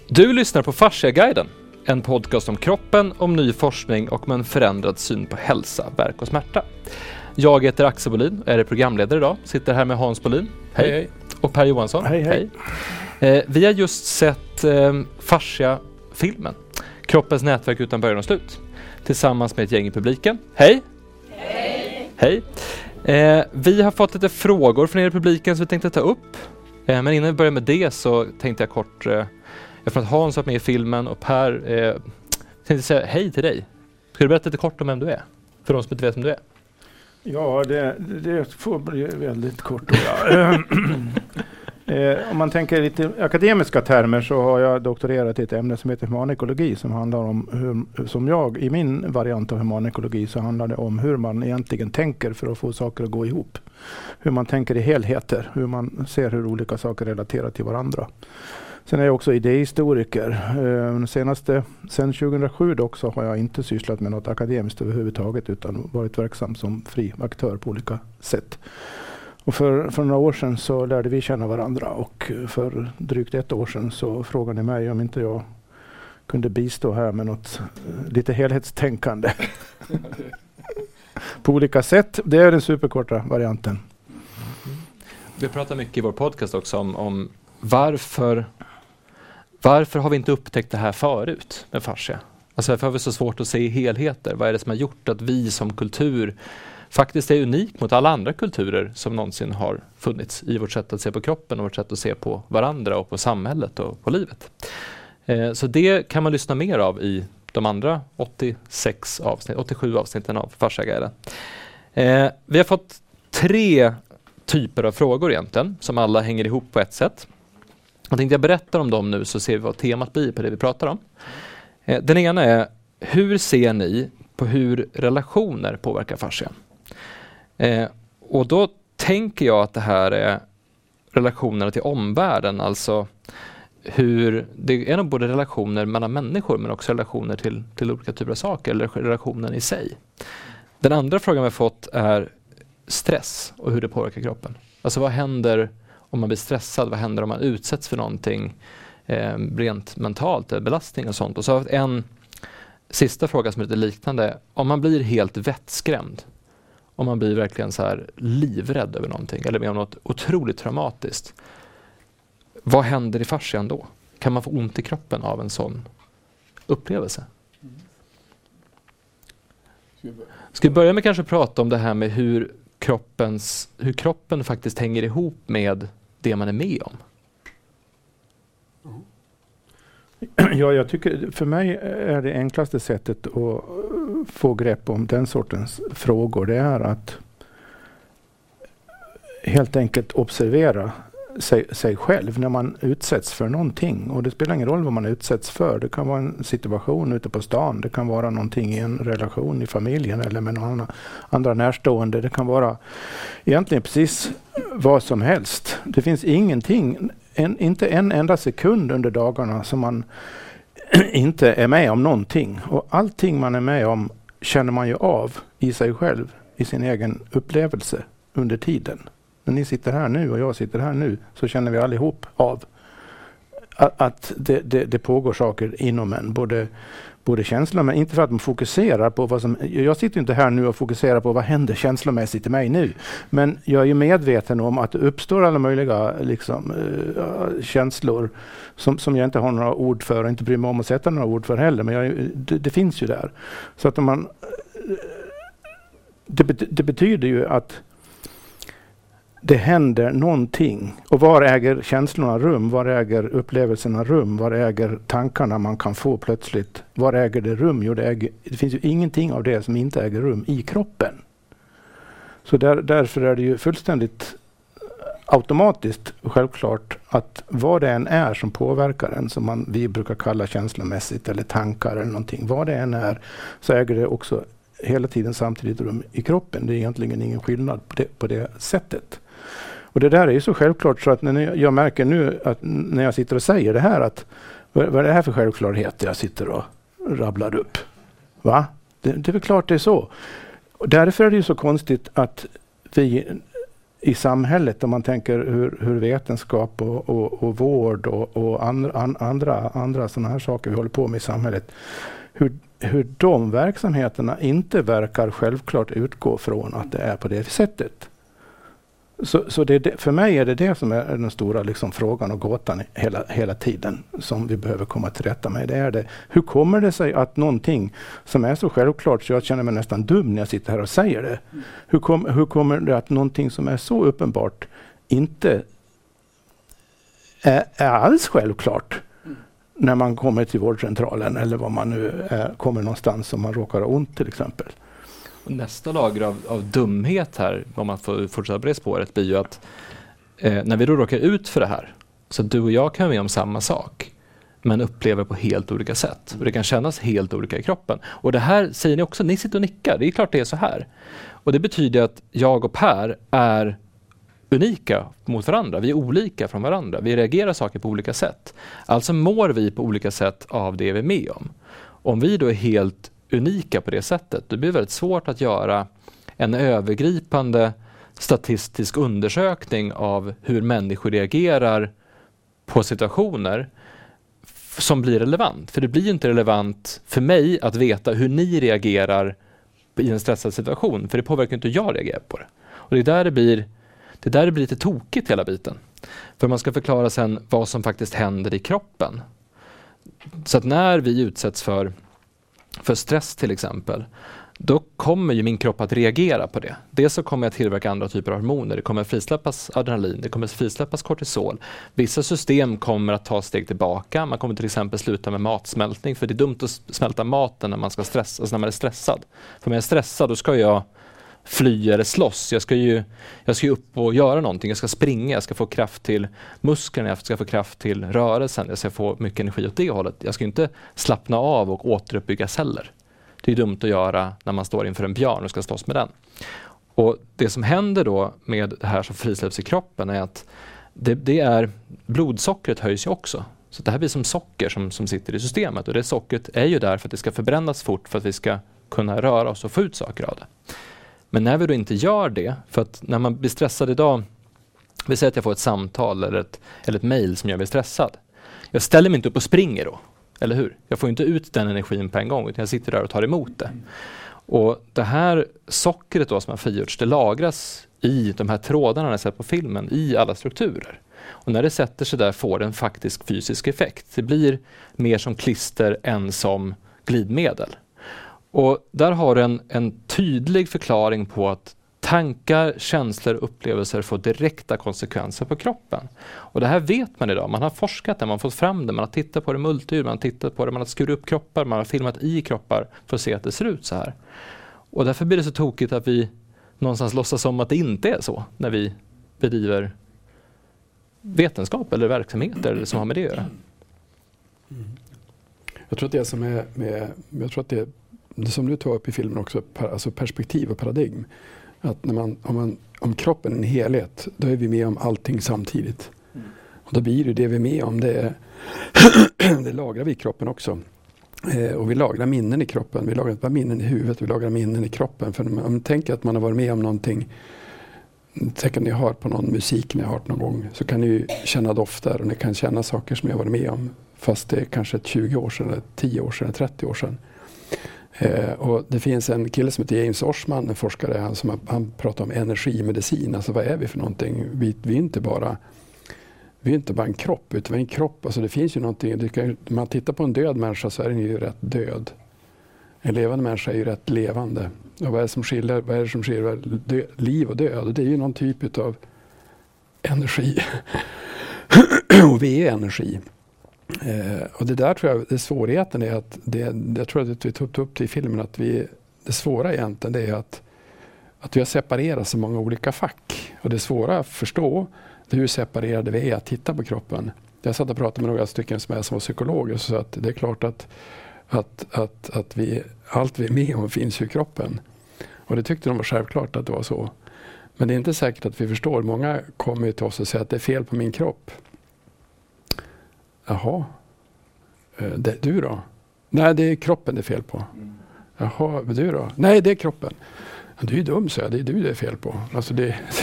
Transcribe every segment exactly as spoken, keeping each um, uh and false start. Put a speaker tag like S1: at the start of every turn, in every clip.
S1: Du lyssnar på Fasciaguiden, en podcast om kroppen, om ny forskning och om en förändrad syn på hälsa, verk och smärta. Jag heter Axel Bolin och är programledare idag. Sitter här med Hans Bolin. Hej. Hej. Och Per Johansson.
S2: Hej, hej.
S1: hej. Eh, vi har just sett eh, Fascia-filmen. Kroppens nätverk utan början och slut. Tillsammans med ett gäng i publiken. Hej. Hej. Hej. Eh, vi har fått lite frågor från er i publiken som vi tänkte ta upp. Eh, men innan vi börjar med det så tänkte jag kort... Eh, Eftersom att Hans var med i filmen och Per eh, tänkte säga hej till dig. Ska du berätta lite kort om vem du är? För de som inte vet vem du är.
S2: Ja, det, det får bli väldigt kort. Då, ja. eh, om man tänker lite akademiska termer så har jag doktorerat i ett ämne som heter humanekologi som handlar om hur, som jag i min variant av humanekologi så handlar det om hur man egentligen tänker för att få saker att gå ihop. Hur man tänker i helheter, hur man ser hur olika saker relaterar till varandra. Sen är jag också idéhistoriker. Eh, senaste, sen tjugohundrasju dock så har jag inte sysslat med något akademiskt överhuvudtaget utan varit verksam som fri aktör på olika sätt. Och för, för några år sedan så lärde vi känna varandra och för drygt ett år sedan så frågade ni mig om inte jag kunde bistå här med något eh, lite helhetstänkande. På olika sätt. Det är den superkorta varianten.
S1: Vi pratar mycket i vår podcast också om, om varför Varför har vi inte upptäckt det här förut med fascia? Alltså varför har vi så svårt att se helheter? Vad är det som har gjort att vi som kultur faktiskt är unik mot alla andra kulturer som någonsin har funnits i vårt sätt att se på kroppen och vårt sätt att se på varandra och på samhället och på livet. Eh, så det kan man lyssna mer av i de andra åttiosex avsnitt, åttiosju avsnitten av Fasciaguiden. Eh, vi har fått tre typer av frågor egentligen som alla hänger ihop på ett sätt. Jag tänkte jag berättar om dem nu så ser vi vad temat blir på det vi pratar om. Eh, den ena är, hur ser ni på hur relationer påverkar fascia? Eh, och då tänker jag att det här är relationerna till omvärlden, alltså hur det är nog både relationer mellan människor men också relationer till, till olika typer av saker eller relationen i sig. Den andra frågan vi har fått är stress och hur det påverkar kroppen. Alltså vad händer om man blir stressad, vad händer om man utsätts för någonting eh, rent mentalt, belastning och sånt. Och så har vi en sista fråga som är lite liknande. Om man blir helt vettskrämd, om man blir verkligen så här livrädd över någonting eller med om något otroligt traumatiskt, vad händer i fascian då? Kan man få ont i kroppen av en sån upplevelse? Ska vi börja med kanske prata om det här med hur kroppens, hur kroppen faktiskt hänger ihop med det man är med om?
S2: Ja, jag tycker för mig är det enklaste sättet att få grepp om den sortens frågor. Det är att helt enkelt observera sig, sig själv när man utsätts för någonting. Och det spelar ingen roll vad man utsätts för. Det kan vara en situation ute på stan. Det kan vara någonting i en relation i familjen eller med någon andra närstående. Det kan vara egentligen precis vad som helst. Det finns ingenting, en, inte en enda sekund under dagarna som man inte är med om någonting. Och allting man är med om känner man ju av i sig själv, i sin egen upplevelse under tiden. När ni sitter här nu och jag sitter här nu så känner vi allihop av att, att det, det, det pågår saker inom en. Både, både känslor, men inte för att man fokuserar på vad som... Jag sitter inte här nu och fokuserar på vad händer känslomässigt i mig nu. Men jag är ju medveten om att det uppstår alla möjliga liksom, uh, känslor som, som jag inte har några ord för och inte bryr mig om att sätta några ord för heller. Men jag, det, det finns ju där. Så att om man... Det, det betyder ju att det händer någonting. Och var äger känslorna rum? Var äger upplevelserna rum? Var äger tankarna man kan få plötsligt? Var äger det rum? Jo, det, äger, det finns ju ingenting av det som inte äger rum i kroppen. Så där, därför är det ju fullständigt automatiskt självklart att vad det än är som påverkar en, som man, vi brukar kalla känslomässigt eller tankar eller någonting. Vad det än är så äger det också hela tiden samtidigt rum i kroppen. Det är egentligen ingen skillnad på det, på det sättet. Och det där är ju så självklart så att när jag märker nu att när jag sitter och säger det här att vad, vad är det här för självklarhet jag sitter och rabblar upp? Va? Det, det är väl klart det är så. Och därför är det ju så konstigt att vi i samhället, om man tänker hur, hur vetenskap och, och, och vård och, och andra, an, andra, andra sådana här saker vi håller på med i samhället, hur, hur de verksamheterna inte verkar självklart utgå från att det är på det sättet. Så, så det, för mig är det det som är den stora liksom frågan och gåtan hela, hela tiden som vi behöver komma till rätta med. Det är det. Hur kommer det sig att någonting som är så självklart så jag känner mig nästan dum när jag sitter här och säger det. Mm. Hur, kom, hur kommer det att någonting som är så uppenbart inte är, är alls självklart mm. när man kommer till vårdcentralen eller var man nu är, kommer någonstans om man råkar ha ont till exempel.
S1: Och nästa lager av, av dumhet här, om man får fortsätta på det spåret, blir ju att eh, när vi då råkar ut för det här, så du och jag kan vara med om samma sak, men upplever på helt olika sätt. Och det kan kännas helt olika i kroppen. Och det här säger ni också, ni sitter och nickar, det är klart det är så här. Och det betyder att jag och Per är unika mot varandra, vi är olika från varandra, vi reagerar saker på olika sätt. Alltså mår vi på olika sätt av det vi är med om. Om vi då är helt unika på det sättet, det blir väldigt svårt att göra en övergripande statistisk undersökning av hur människor reagerar på situationer som blir relevant. För det blir inte relevant för mig att veta hur ni reagerar i en stressad situation, för det påverkar inte hur jag reagerar på det. Och det är där det blir, det är där det blir lite tokigt hela biten. För man ska förklara sen vad som faktiskt händer i kroppen. Så att när vi utsätts för För stress till exempel, då kommer ju min kropp att reagera på det. Dels så kommer jag tillverka andra typer av hormoner. Det kommer frisläppas adrenalin, det kommer frisläppas kortisol. Vissa system kommer att ta steg tillbaka. Man kommer till exempel sluta med matsmältning, för det är dumt att smälta maten när man ska stressa, alltså när man är stressad. För när jag är stressad, då ska jag fly eller slåss. Jag ska ju jag ska ju upp och göra någonting. Jag ska springa, jag ska få kraft till musklerna, jag ska få kraft till rörelsen, jag ska få mycket energi åt det hållet. Jag ska inte slappna av och återuppbygga celler. Det är dumt att göra när man står inför en björn och ska slåss med den. Och det som händer då med det här som frisläpps i kroppen är att det, det är blodsockret höjs ju också. Så det här blir som socker som, som sitter i systemet, och det sockret är ju där för att det ska förbrännas fort för att vi ska kunna röra oss och få ut saker av det. Men när vi då inte gör det, för att när man blir stressad idag, vi säger att jag får ett samtal eller ett, eller ett mejl som gör mig stressad. Jag ställer mig inte upp och springer då, eller hur? Jag får inte ut den energin på en gång, utan jag sitter där och tar emot det. Och det här sockret då som har frigjorts, det lagras i de här trådarna jag sett på filmen, i alla strukturer. Och när det sätter sig där får det en faktisk fysisk effekt. Det blir mer som klister än som glidmedel. Och där har du en, en tydlig förklaring på att tankar, känslor och upplevelser får direkta konsekvenser på kroppen. Och det här vet man idag. Man har forskat det, man har fått fram det, man har tittat på det multidjur, man har tittat på det, man har skurit upp kroppar, man har filmat i kroppar för att se att det ser ut så här. Och därför blir det så tokigt att vi någonstans låtsas som att det inte är så när vi bedriver vetenskap eller verksamheter som har med det att göra.
S3: Mm. Jag tror att det som är med, jag tror att det, det som du tar upp i filmen också, alltså perspektiv och paradigm. Att när man, om, man, om kroppen är en helhet, då är vi med om allting samtidigt. Mm. Och då blir det det vi är med om, det, är det lagrar vi i kroppen också. Eh, och vi lagrar minnen i kroppen, vi lagrar inte bara minnen i huvudet, vi lagrar minnen i kroppen. För om man tänker att man har varit med om någonting, tänk om ni har på någon musik ni har hört någon gång, så kan ni ju känna dofter och ni kan känna saker som jag varit med om. Fast det är kanske tjugo år sedan, eller tio år sedan, trettio år sedan. Eh, och det finns en kille som heter James Oschman, en forskare, han, som har, han pratar om energimedicin. Alltså vad är vi för någonting? Vi, vi är inte bara vi är inte bara en kropp, utan vi är en kropp. Alltså det finns ju någonting, det kan, om man tittar på en död människa så är den ju rätt död. En levande människa är ju rätt levande. Och vad är det som skiljer, vad är det som skiljer dö, liv och död? Och det är ju någon typ av energi. Och vi är energi. Eh, och det där tror jag, det svårigheten är att, det, jag tror att vi tog upp det i filmen, att vi, det svåra egentligen det är att, att vi har separerat så många olika fack. Och det svåra att förstå, det är hur separerade vi är att titta på kroppen. Jag satt och pratade med några stycken som är som var psykologer, så att det är klart att, att, att, att vi, allt vi är med om finns ju i kroppen. Och det tyckte de var självklart att det var så. Men det är inte säkert att vi förstår. Många kommer till oss och säger att det är fel på min kropp. Jaha, det, du då? Nej, det är kroppen det är fel på. Jaha, du då? Nej, det är kroppen. Ja, du är ju dum, så jag. Det är du det är fel på. Alltså det,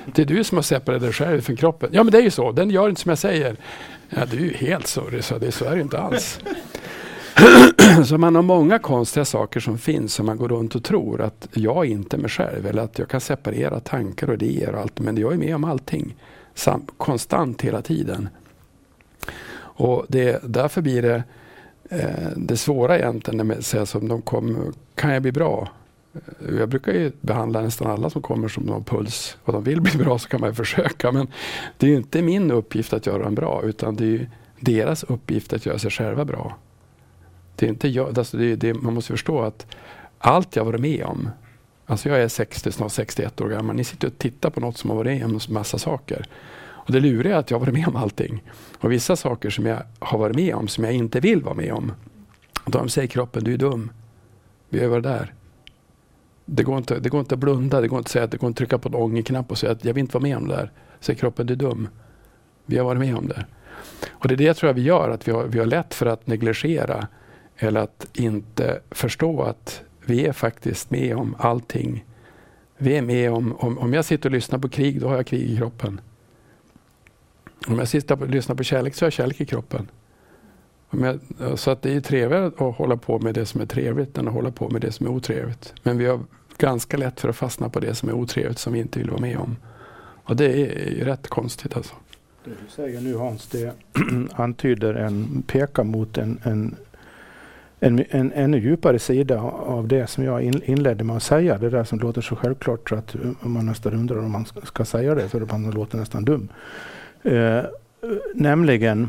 S3: Det är du som har separerat dig själv från kroppen. Ja, men det är ju så. Den gör inte som jag säger. Ja, du är ju helt sorry, så det så är det inte alls. Så man har många konstiga saker som finns som man går runt och tror att jag är inte mig själv, eller att jag kan separera tankar och idéer och allt, men jag är med om allting sam- konstant hela tiden. Och det, därför blir det eh, det svåra egentligen när man säger som de kommer, kan jag bli bra? Jag brukar ju behandla nästan alla som kommer som de har puls, och de vill bli bra, så kan man ju försöka, men det är ju inte min uppgift att göra dem bra, utan det är ju deras uppgift att göra sig själva bra. Det är inte jag, alltså det är, det, man måste förstå att allt jag varit med om, alltså jag är sextio, snart sextioett år gammal, ni sitter och tittar på något som har varit med om en massa saker. Och det luriga är att jag har varit med om allting. Och vissa saker som jag har varit med om som jag inte vill vara med om, och de säger kroppen, du är dum. Vi har varit där. Det går, inte, det går inte att blunda, det går inte att säga att det går att trycka på en ångerknapp och säga att jag vill inte vara med om det där. Säger kroppen, du är dum. Vi har varit med om det. Och det är det jag tror jag vi gör, att vi har, vi har lätt för att negligera eller att inte förstå att vi är faktiskt med om allting. Vi är med om, om, om jag sitter och lyssnar på krig, då har jag krig i kroppen. Om jag sitter och lyssnar på kärlek, så har jag kärlek i kroppen. Om jag, så att det är trevligt att hålla på med det som är trevligt än att hålla på med det som är otrevligt. Men vi har ganska lätt för att fastna på det som är otrevligt som vi inte vill vara med om. Och det är ju rätt konstigt alltså.
S2: Det du säger nu, Hans, det antyder en, pekar mot en, en, en, en ännu djupare sida av det som jag inledde med att säga. Det där som låter så självklart så att man nästan undrar om man ska, ska säga det, för att man låter nästan dum. Eh, nämligen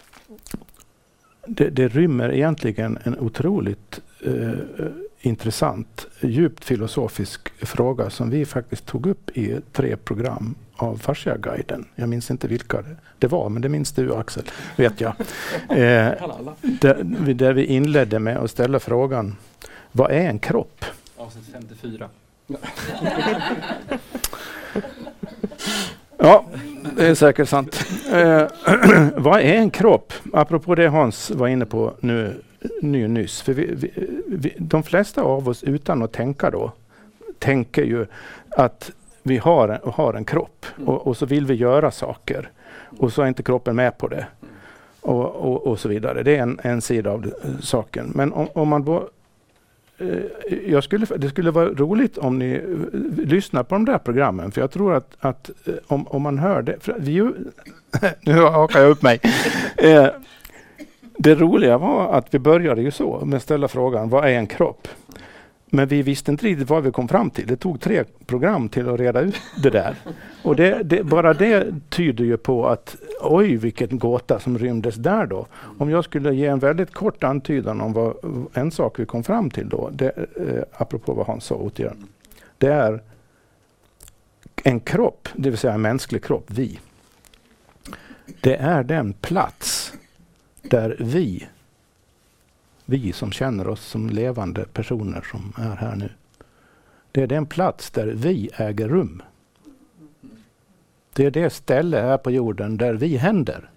S2: det, det rymmer egentligen en otroligt eh, intressant, djupt filosofisk fråga som vi faktiskt tog upp i tre program av Fasciaguiden. Jag minns inte vilka det var, men det minns du, Axel, vet jag. Eh, där, där vi inledde med att ställa frågan, vad är en kropp?
S1: Avsnitt femtiofyra.
S2: Ja, det är säkert sant. Eh, vad är en kropp? Apropå det Hans var inne på nu, nu nyss. För vi, vi, vi, de flesta av oss, utan att tänka då, tänker ju att vi har en, har en kropp och, och så vill vi göra saker. Och så är inte kroppen med på det. Och, och, och så vidare. Det är en, en sida av det, saken. Men om, om man då Jag skulle, det skulle vara roligt om ni lyssnar på de där programmen, för jag tror att, att om, om man hör det, för vi ju, nu hakar jag upp mig. Eh, det roliga var att vi började ju så med att ställa frågan, vad är en kropp? Men vi visste inte riktigt vad vi kom fram till. Det tog tre program till att reda ut det där. Och det, det, bara det tyder ju på att oj, vilken gåta som rymdes där då. Om jag skulle ge en väldigt kort antydan om vad en sak vi kom fram till då, det, eh, apropå vad han sa återigen, det är en kropp, det vill säga en mänsklig kropp, vi. Det är den plats där vi Vi som känner oss som levande personer som är här nu. Det är den plats där vi äger rum. Det är det ställe här på jorden där vi händer.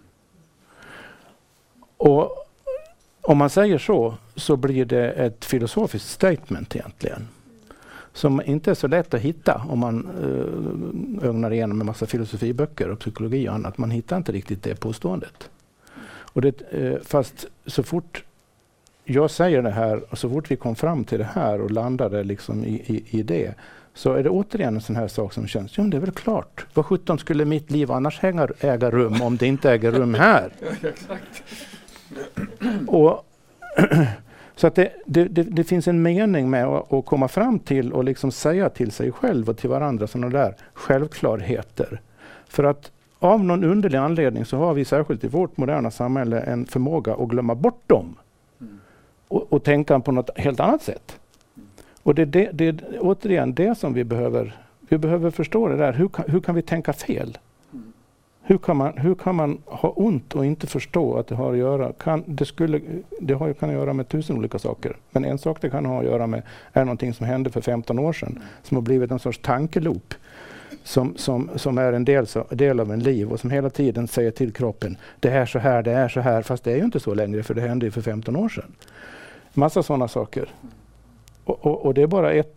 S2: Och om man säger så, så blir det ett filosofiskt statement egentligen. Som inte är så lätt att hitta om man uh, ögnar igenom en massa filosofiböcker och psykologi och annat. Man hittar inte riktigt det påståendet. Och det, uh, fast så fort jag säger det här, och så fort vi kom fram till det här och landade liksom i, i, i det, så är det återigen en sån här sak som känns, ja, det är väl klart. Vad sjutton skulle mitt liv annars äga, äga rum om det inte äger rum här?
S3: Exakt.
S2: Och så att det, det, det, det finns en mening med att, att komma fram till och liksom säga till sig själv och till varandra sådana där självklarheter. För att av någon underlig anledning så har vi särskilt i vårt moderna samhälle en förmåga att glömma bort dem. Och, och tänka på något helt annat sätt. Och det är det, det, det, återigen det som vi behöver, vi behöver förstå det där. Hur kan, hur kan vi tänka fel? Hur kan man, hur kan man ha ont och inte förstå att det har att göra? Kan, det, skulle, det har, kan göra med tusen olika saker. Men en sak det kan ha att göra med är någonting som hände för femton år sedan. Som har blivit en sorts tankeloop. Som, som, som är en del, så, del av en liv och som hela tiden säger till kroppen, det är så här, det är så här, fast det är ju inte så längre, för det hände ju för femton år sedan. Massa sådana saker. Och, och, och det är bara ett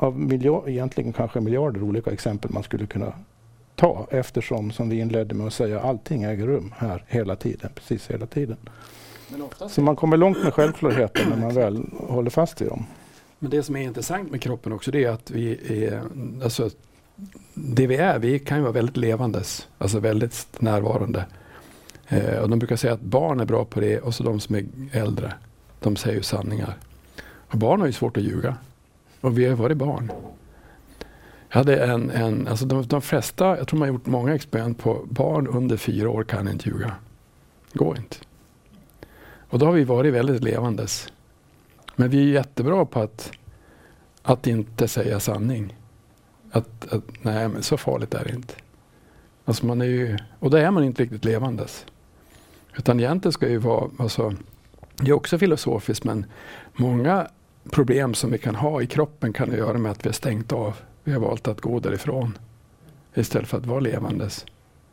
S2: av miljard, egentligen kanske miljarder olika exempel man skulle kunna ta, eftersom, som vi inledde med att säga, allting äger rum här hela tiden, precis hela tiden. Men så man kommer långt med självklarheten när man väl håller fast i dem.
S3: Men det som är intressant med kroppen också, det är att vi är, alltså det vi är, vi kan ju vara väldigt levandes, alltså väldigt närvarande. Eh, och de brukar säga att barn är bra på det, och så de som är äldre, de säger ju sanningar. Och barn har ju svårt att ljuga. Och vi har varit barn. Jag hade en, en alltså de, de flesta, jag tror man har gjort många experiment på barn under fyra år kan inte ljuga. Går inte. Och då har vi varit väldigt levandes. Men vi är jättebra på att, att inte säga sanning. Att, att nej, men så farligt är det inte. Alltså man är ju, och då är man inte riktigt levandes. Utan egentligen ska ju vara, alltså, det är också filosofiskt, men många problem som vi kan ha i kroppen kan göra med att vi har stängt av. Vi har valt att gå därifrån istället för att vara levandes.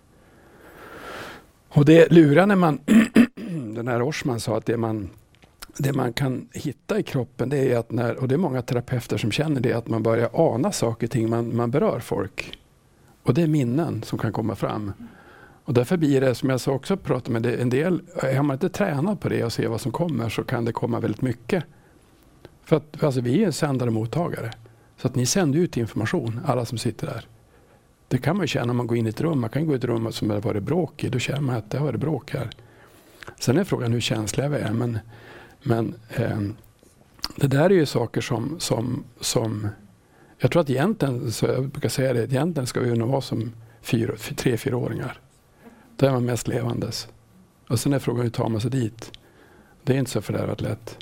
S3: Och det lurar när man, den här Orsman sa att det man, det man kan hitta i kroppen, det är att när, och det är många terapeuter som känner det, att man börjar ana saker och ting, man, man berör folk. Och det är minnen som kan komma fram. Och därför blir det, som jag sa också pratar med det, en del, har man inte tränat på det och ser vad som kommer, så kan det komma väldigt mycket. För att alltså, vi är sändare och mottagare. Så att ni sänder ut information, alla som sitter där. Det kan man ju känna om man går in i ett rum. Man kan gå i ett rum som har varit bråk i. Då känner man att det har varit bråk här. Sen är frågan hur känsliga vi är. Men, men eh, det där är ju saker som, som, som... Jag tror att egentligen, så jag brukar säga det, egentligen ska vi nog vara som fyra, tre, fyraåringar. Där är man mest levandes. Och sen är frågan hur tar man sig dit. Det är inte så fördärvat lätt.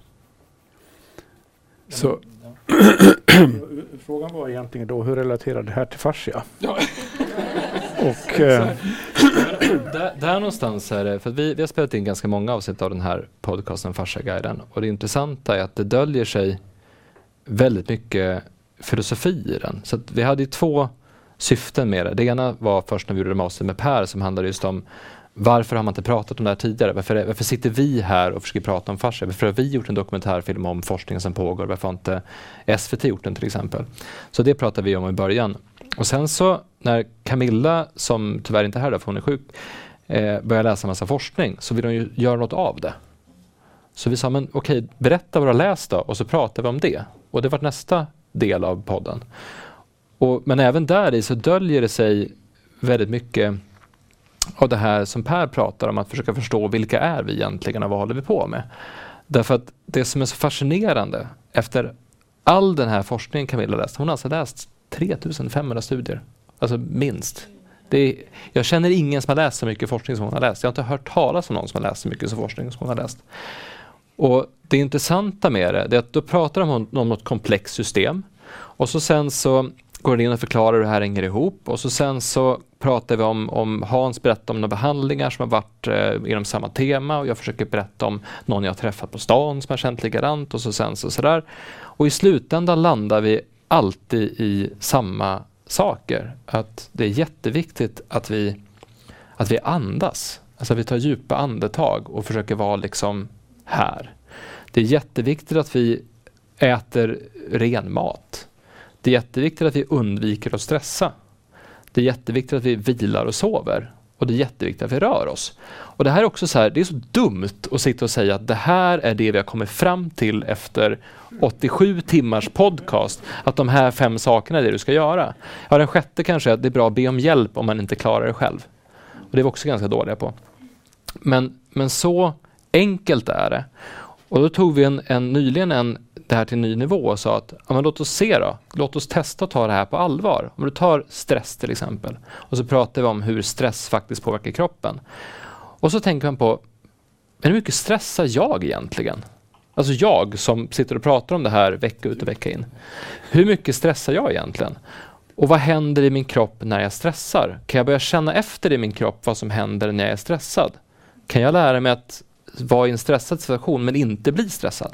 S3: Så...
S2: Frågan var egentligen då, hur relaterar det här till fascia?
S1: Ja.
S2: Och, eh,
S1: där, där någonstans är det, för vi, vi har spelat in ganska många avsnitt av den här podcasten Fasciaguiden, och det intressanta är att det döljer sig väldigt mycket filosofi i den. Så att vi hade ju två syften med det. Det ena var först när vi gjorde master med Per, som handlade just om varför har man inte pratat om det här tidigare? Varför, varför sitter vi här och försöker prata om fascia? Varför har vi gjort en dokumentärfilm om forskningen som pågår? Varför har inte S V T gjort den till exempel? Så det pratade vi om i början. Och sen så när Camilla, som tyvärr inte är här för hon är sjuk, eh, börjar läsa en massa forskning, så vill hon ju göra något av det. Så vi sa, men okej, berätta vad du har läst då, och så pratar vi om det. Och det var nästa del av podden. Och, men även där i så döljer det sig väldigt mycket av det här som Per pratar om, att försöka förstå vilka är vi egentligen och vad håller vi på med. Därför att det som är så fascinerande efter all den här forskningen Camilla läst, hon har alltså läst tre tusen femhundra studier, alltså minst. Det är, jag känner ingen som har läst så mycket forskning som hon har läst. Jag har inte hört talas om någon som har läst så mycket som forskning som hon har läst. Och det intressanta med det, det är att då pratar de om, om något komplext system, och så sen så går det in och förklarar hur det här hänger ihop, och så sen så pratar vi om, om Hans berättar om några behandlingar som har varit eh, inom samma tema, och jag försöker berätta om någon jag har träffat på stan som har känt likadant, och så sen så sådär. Och i slutändan landar vi alltid i samma saker, att det är jätteviktigt att vi, att vi andas, alltså att vi tar djupa andetag och försöker vara liksom här. Det är jätteviktigt att vi äter ren mat. Det är jätteviktigt att vi undviker att stressa. Det är jätteviktigt att vi vilar och sover. Och det är jätteviktigt att vi rör oss. Och det här är också så här, det är så dumt att sitta och säga att det här är det vi har kommit fram till efter åttiosju timmars podcast. Att de här fem sakerna är det du ska göra. Ja, den sjätte kanske är att det är bra att be om hjälp om man inte klarar det själv. Och det är vi också ganska dåliga på. Men, men så enkelt är det. Och då tog vi en, en, nyligen en, det här till en ny nivå och sa att ja, men låt oss se då. Låt oss testa att ta det här på allvar. Om du tar stress till exempel. Och så pratar vi om hur stress faktiskt påverkar kroppen. Och så tänker man på, hur mycket stressar jag egentligen? Alltså jag som sitter och pratar om det här vecka ut och vecka in. Hur mycket stressar jag egentligen? Och vad händer i min kropp när jag stressar? Kan jag börja känna efter i min kropp vad som händer när jag är stressad? Kan jag lära mig att vara i en stressad situation men inte bli stressad?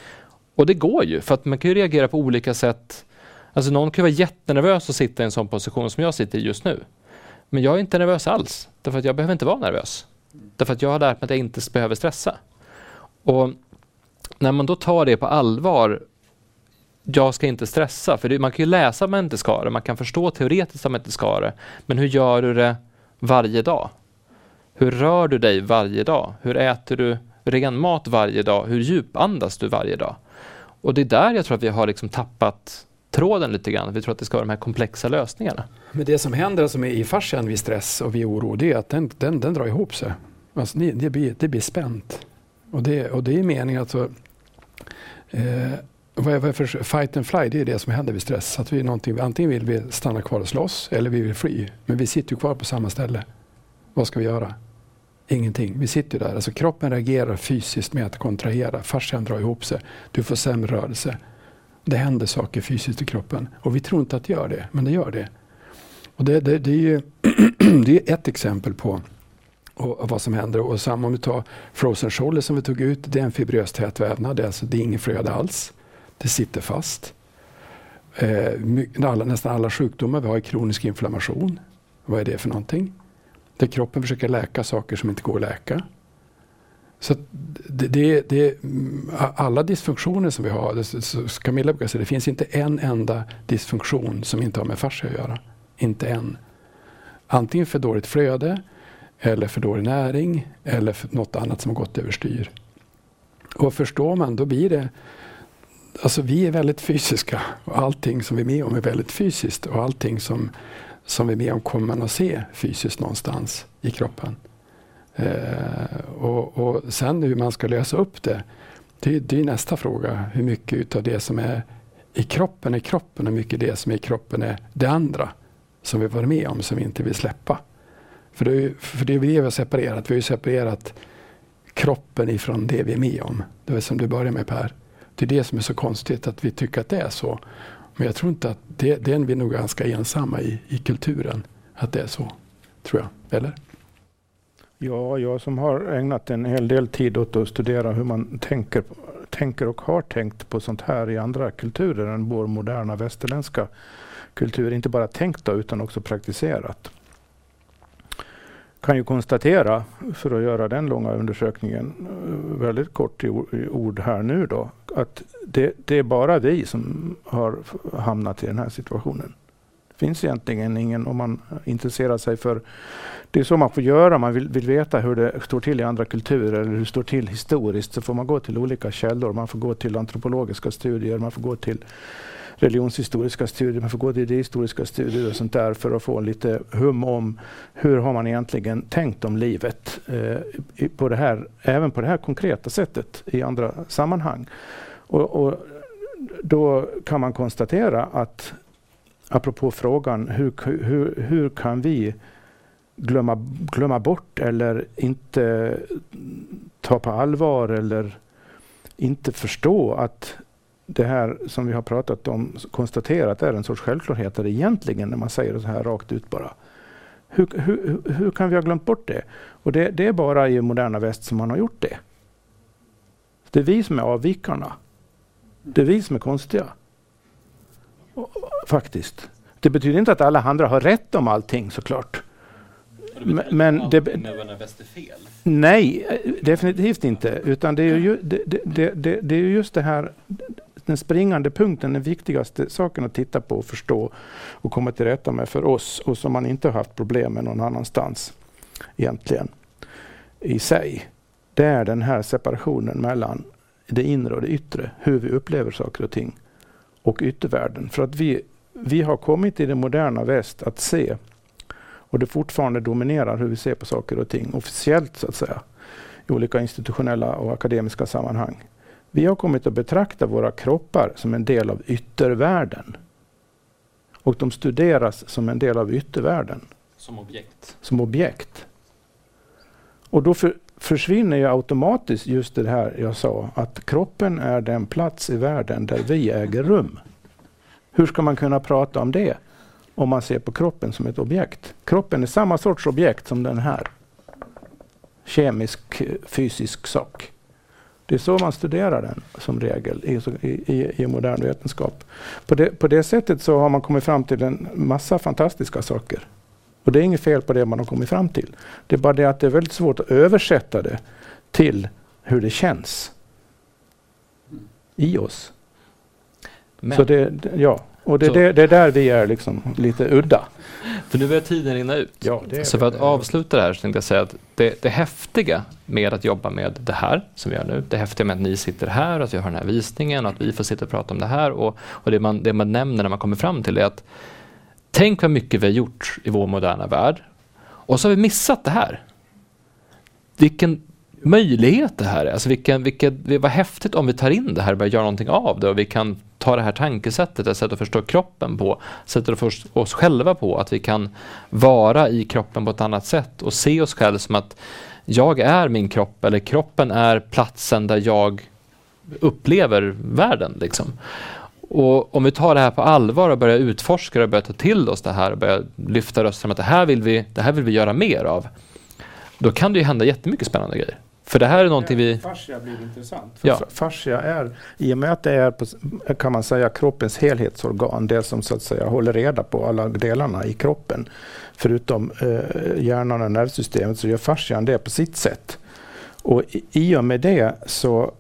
S1: Och det går ju, för att man kan ju reagera på olika sätt. Alltså någon kan vara jättenervös och sitta i en sån position som jag sitter i just nu. Men jag är inte nervös alls, därför att jag behöver inte vara nervös. Därför att jag har lärt mig att jag inte behöver stressa. Och när man då tar det på allvar, jag ska inte stressa. För det, man kan ju läsa att man inte ska det. Man kan förstå teoretiskt att man inte ska det. Men hur gör du det varje dag? Hur rör du dig varje dag? Hur äter du ren mat varje dag? Hur djupandas du varje dag? Och det är där jag tror att vi har liksom tappat tråden lite grann. Vi tror att det ska vara de här komplexa lösningarna. Men
S3: det som händer som är i fascian vid stress och vid oro, det är att den, den, den drar ihop sig. Alltså det, det, blir, det blir spänt. Och det, och det är meningen att så, eh, vad är, vad är för fight and fly, det är det som händer vid stress. Att vi är någonting, antingen vill vi stanna kvar och slåss eller vi vill fly. Men vi sitter ju kvar på samma ställe. Vad ska vi göra? Ingenting. Vi sitter där. Alltså kroppen reagerar fysiskt med att kontrahera. Fascian drar ihop sig. Du får sämre rörelse. Det händer saker fysiskt i kroppen. Och vi tror inte att det gör det, men det gör det. Och det, det, det är ju det är ett exempel på och, och vad som händer. Och samma om vi tar frozen shoulder som vi tog ut. Det är en fibrös tät vävnad. Det är, alltså, det är ingen flöde alls. Det sitter fast. Eh, alla, nästan alla sjukdomar vi har är kronisk inflammation. Vad är det för någonting? Där kroppen försöker läka saker som inte går att läka. Så det, det, det, alla dysfunktioner som vi har, det, så Camilla brukar säga, det finns inte en enda dysfunktion som inte har med fascia att göra. Inte en. Antingen för dåligt flöde, eller för dålig näring, eller för något annat som har gått överstyr. Och förstår man, då blir det, alltså vi är väldigt fysiska och allting som vi är med om är väldigt fysiskt och allting som som vi är med om kommer man att se fysiskt någonstans i kroppen. Eh, och, och sen hur man ska lösa upp det, det, det är nästa fråga. Hur mycket av det som är i kroppen är kroppen och hur mycket det som är i kroppen är det andra som vi var med om, som vi inte vill släppa. För det är ju, för det är vi har separerat. Vi har ju separerat kroppen ifrån det vi är med om. Det var som du började med, Per. Det är det som är så konstigt att vi tycker att det är så. Men jag tror inte att det, det är vi nog ganska ensamma i, i kulturen. Att det är så, tror jag. Eller?
S2: Ja, jag som har ägnat en hel del tid åt att studera hur man tänker, tänker och har tänkt på sånt här i andra kulturer än vår moderna västerländska kultur. Inte bara tänkt då, utan också praktiserat. Kan ju konstatera, för att göra den långa undersökningen väldigt kort i ord här nu då, att det, det är bara vi som har hamnat i den här situationen. Det finns egentligen ingen, om man intresserar sig för, det är så man får göra, man vill, vill veta hur det står till i andra kulturer eller hur det står till historiskt, så får man gå till olika källor, man får gå till antropologiska studier, man får gå till religionshistoriska studier, man får gå till idéhistoriska studier och sånt där för att få lite hum om hur har man egentligen tänkt om livet eh, på det här, även på det här konkreta sättet i andra sammanhang. Och, och då kan man konstatera att apropå frågan hur, hur, hur kan vi glömma, glömma bort eller inte ta på allvar eller inte förstå att det här som vi har pratat om, konstaterat, är en sorts självklarhet egentligen när man säger det så här rakt ut bara. Hur, hur, hur kan vi ha glömt bort det? Och det, det är bara i moderna väst som man har gjort det. Det är vi som är avvikarna. Det är vi som är konstiga. Och, faktiskt. Det betyder inte att alla andra har rätt om allting såklart.
S1: Men, men det moderna väst är fel?
S2: Nej, definitivt inte. Utan det är ju, det, det, det, det är ju just det här, den springande punkten, den viktigaste saken att titta på och förstå och komma till rätta med för oss, och som man inte har haft problem med någon annanstans egentligen i sig. Det är den här separationen mellan det inre och det yttre, hur vi upplever saker och ting, och yttervärlden. För att vi, vi har kommit i det moderna väst att se, och det fortfarande dominerar hur vi ser på saker och ting officiellt så att säga i olika institutionella och akademiska sammanhang. Vi har kommit att betrakta våra kroppar som en del av yttervärlden. Och de studeras som en del av yttervärlden.
S1: Som objekt.
S2: Som objekt. Och då för, försvinner ju automatiskt just det här jag sa, att kroppen är den plats i världen där vi äger rum. Hur ska man kunna prata om det om man ser på kroppen som ett objekt? Kroppen är samma sorts objekt som den här. Kemisk, fysisk sak. Det är så man studerar den som regel i, i, i modern vetenskap. På det, på det sättet så har man kommit fram till en massa fantastiska saker. Och det är inget fel på det man har kommit fram till. Det är bara det att det är väldigt svårt att översätta det till hur det känns i oss.
S1: Men.
S2: Så det, ja, och det,
S1: Så.
S2: det, det är där vi är liksom lite udda.
S1: För nu börjar tiden rinna ut.
S2: Ja, det är
S1: så för att
S2: det.
S1: avsluta det här så tänkte jag säga att det, det häftiga med att jobba med det här som vi gör nu, det häftiga med att ni sitter här, att vi har den här visningen, att vi får sitta och prata om det här och, och det, man, det man nämner när man kommer fram till det är att tänk vad mycket vi har gjort i vår moderna värld och så har vi missat det här. Vilken möjlighet det här är. Alltså vilken, vilken, det var häftigt om vi tar in det här och börjar göra någonting av det och vi kan ta det här tankesättet, ett sätt att förstå kroppen på, sätt att förstå oss själva på, att vi kan vara i kroppen på ett annat sätt och se oss själva som att jag är min kropp eller kroppen är platsen där jag upplever världen liksom. Och om vi tar det här på allvar och börjar utforska och börjar ta till oss det här och börjar lyfta rösten om att det här vill vi, det här vill vi göra mer av, då kan det ju hända jättemycket spännande grejer. För det här är någonting vi...
S2: Fascia blir intressant. För
S1: Ja.
S2: Fascia är, i och med att det är, på, kan man säga, kroppens helhetsorgan, det som så att säga håller reda på alla delarna i kroppen, förutom eh, hjärnan och nervsystemet, så gör fascian det på sitt sätt. Och i, i och med det så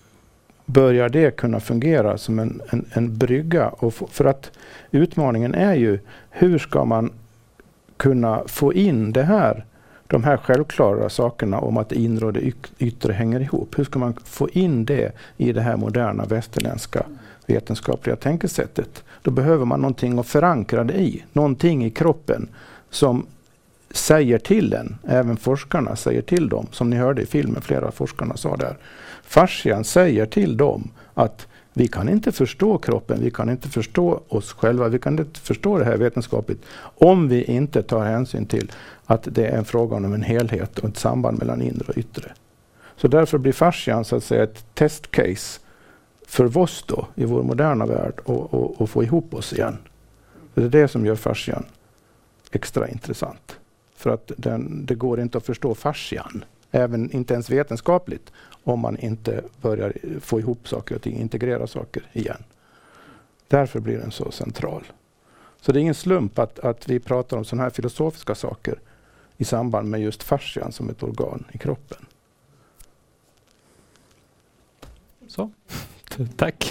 S2: börjar det kunna fungera som en, en, en brygga. Och f- för att utmaningen är ju, hur ska man kunna få in det här, de här självklara sakerna om att det inre och det yttre hänger ihop. Hur ska man få in det i det här moderna västerländska vetenskapliga tänkesättet? Då behöver man någonting att förankra det i. Någonting i kroppen som säger till en, även forskarna säger till dem, som ni hörde i filmen, flera av forskarna sa där. Fascian säger till dem att vi kan inte förstå kroppen, vi kan inte förstå oss själva, vi kan inte förstå det här vetenskapligt om vi inte tar hänsyn till att det är en fråga om en helhet och ett samband mellan inre och yttre. Så därför blir fascian så att säga ett testcase för oss då i vår moderna värld och, och, och få ihop oss igen. Det är det som gör fascian extra intressant. För att den, det går inte att förstå fascian, även inte ens vetenskapligt, om man inte börjar få ihop saker och ting, integrera saker igen. Därför blir den så central. Så det är ingen slump att, att vi pratar om sådana här filosofiska saker i samband med just fascian som ett organ i kroppen.
S1: Så, tack.